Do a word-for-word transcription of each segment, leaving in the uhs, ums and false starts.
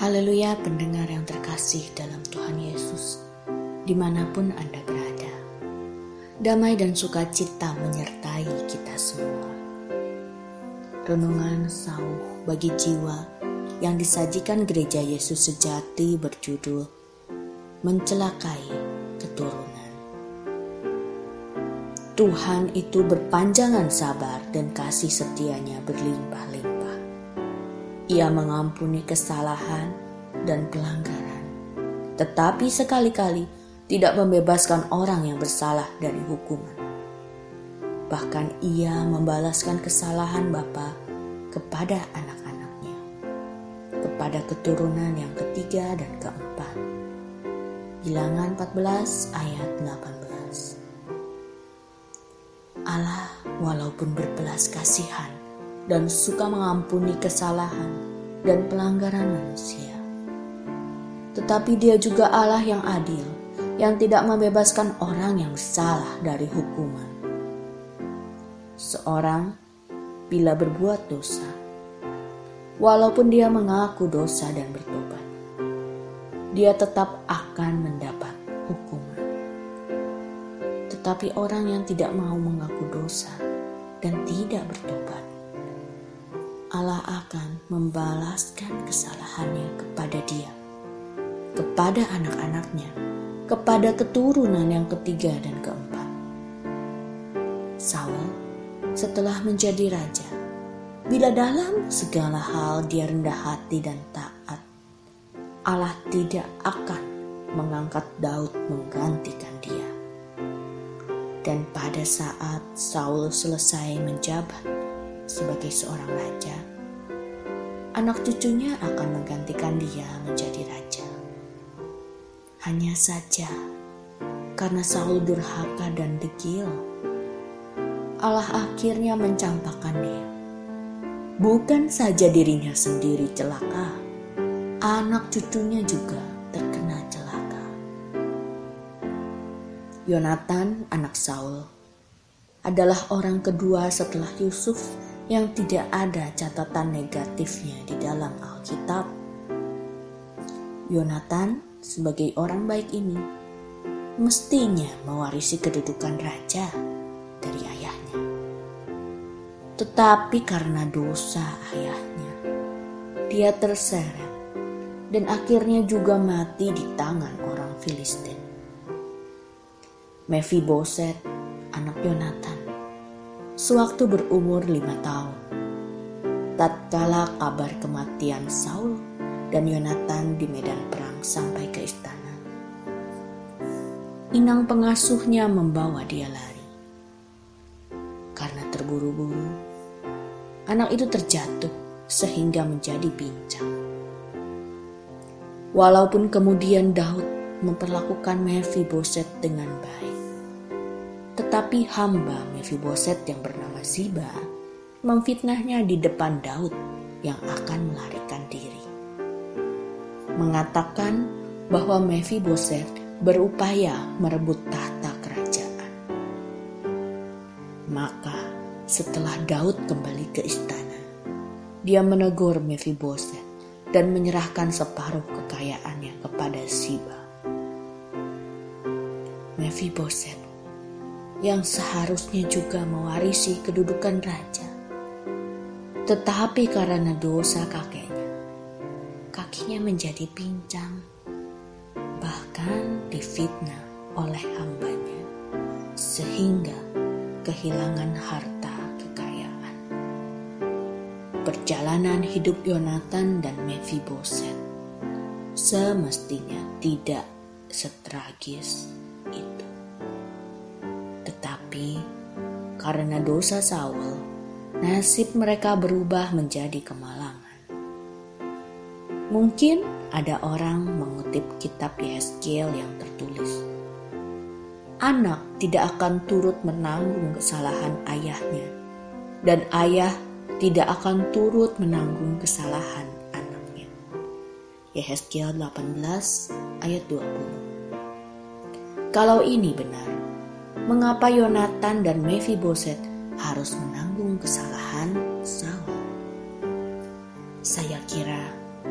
Haleluya pendengar yang terkasih dalam Tuhan Yesus, dimanapun Anda berada. Damai dan sukacita menyertai kita semua. Renungan sauh bagi jiwa yang disajikan Gereja Yesus Sejati berjudul Mencelakai Keturunan. Tuhan itu berpanjangan sabar dan kasih setianya berlimpah-limpah. Ia mengampuni kesalahan dan pelanggaran, tetapi sekali-kali tidak membebaskan orang yang bersalah dari hukuman. Bahkan ia membalaskan kesalahan Bapa kepada anak-anaknya, kepada keturunan yang ketiga dan keempat. Bilangan empat belas ayat delapan belas. Allah walaupun berbelas kasihan dan suka mengampuni kesalahan dan pelanggaran manusia, tetapi Dia juga Allah yang adil, yang tidak membebaskan orang yang bersalah dari hukuman. Seorang bila berbuat dosa, walaupun dia mengaku dosa dan bertobat, dia tetap akan mendapat hukuman. Tetapi orang yang tidak mau mengaku dosa dan tidak bertobat, Allah akan membalaskan kesalahannya kepada dia, kepada anak-anaknya, kepada keturunan yang ketiga dan keempat. Saul setelah menjadi raja, bila dalam segala hal dia rendah hati dan taat, Allah tidak akan mengangkat Daud menggantikan dia. Dan pada saat Saul selesai menjabat sebagai seorang raja, anak cucunya akan menggantikan dia menjadi raja. Hanya saja karena Saul durhaka dan degil, Allah akhirnya mencampakkan dia. Bukan saja dirinya sendiri celaka, anak cucunya juga terkena celaka. Yonatan, anak Saul, adalah orang kedua setelah Yusuf yang tidak ada catatan negatifnya di dalam Alkitab. Yonatan sebagai orang baik ini mestinya mewarisi kedudukan raja dari ayahnya. Tetapi karena dosa ayahnya, dia terseret dan akhirnya juga mati di tangan orang Filistin. Mephiboset, anak Yonatan, sewaktu berumur lima tahun, tatkala kabar kematian Saul dan Yonatan di medan perang sampai ke istana, inang pengasuhnya membawa dia lari. Karena terburu-buru, anak itu terjatuh sehingga menjadi pincang. Walaupun kemudian Daud memperlakukan Mephiboset dengan baik, tetapi hamba Mephiboset yang bernama Ziba memfitnahnya di depan Daud yang akan melarikan diri, mengatakan bahwa Mephiboset berupaya merebut tahta kerajaan. Maka setelah Daud kembali ke istana, dia menegur Mephiboset dan menyerahkan separuh kekayaannya kepada Ziba. Mephiboset yang seharusnya juga mewarisi kedudukan raja, tetapi karena dosa kakeknya, kakinya menjadi pincang, bahkan difitnah oleh hambanya, sehingga kehilangan harta kekayaan. Perjalanan hidup Yonatan dan Mephiboset semestinya tidak setragis itu. Tetapi karena dosa Saul, nasib mereka berubah menjadi kemalangan. Mungkin ada orang mengutip kitab Yehezkiel yang tertulis, anak tidak akan turut menanggung kesalahan ayahnya, dan ayah tidak akan turut menanggung kesalahan anaknya. Yehezkiel delapan belas ayat dua puluh. Kalau ini benar, mengapa Yonatan dan Mephiboset harus menanggung kesalahan Saul? Saya kira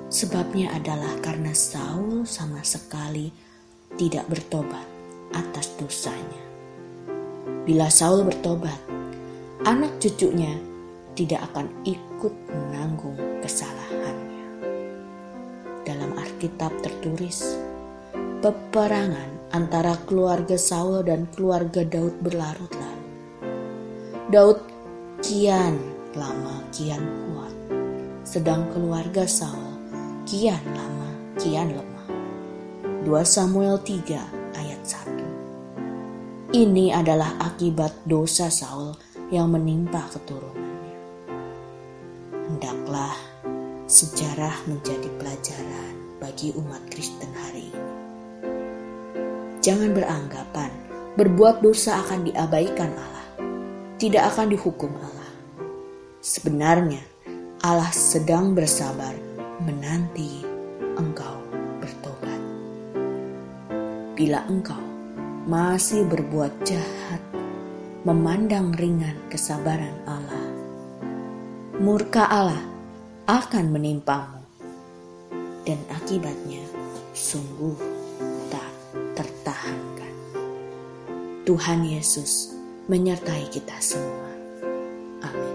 Sebabnya adalah karena Saul sama sekali tidak bertobat atas dosanya. Bila Saul bertobat, anak cucunya tidak akan ikut menanggung kesalahannya. Dalam Alkitab tertulis, peperangan antara keluarga Saul dan keluarga Daud berlarut-larut. Daud kian lama kian kuat, sedang keluarga Saul kian lama kian lemah. dua Samuel tiga ayat satu. Ini adalah akibat dosa Saul yang menimpa keturunannya. Hendaklah sejarah menjadi pelajaran bagi umat Kristen hari ini. Jangan beranggapan berbuat dosa akan diabaikan Allah, tidak akan dihukum Allah. Sebenarnya Allah sedang bersabar menanti engkau bertobat. Bila engkau masih berbuat jahat, memandang ringan kesabaran Allah, murka Allah akan menimpamu, dan akibatnya sungguh tak tertahankan. Tuhan Yesus menyertai kita semua. Amin.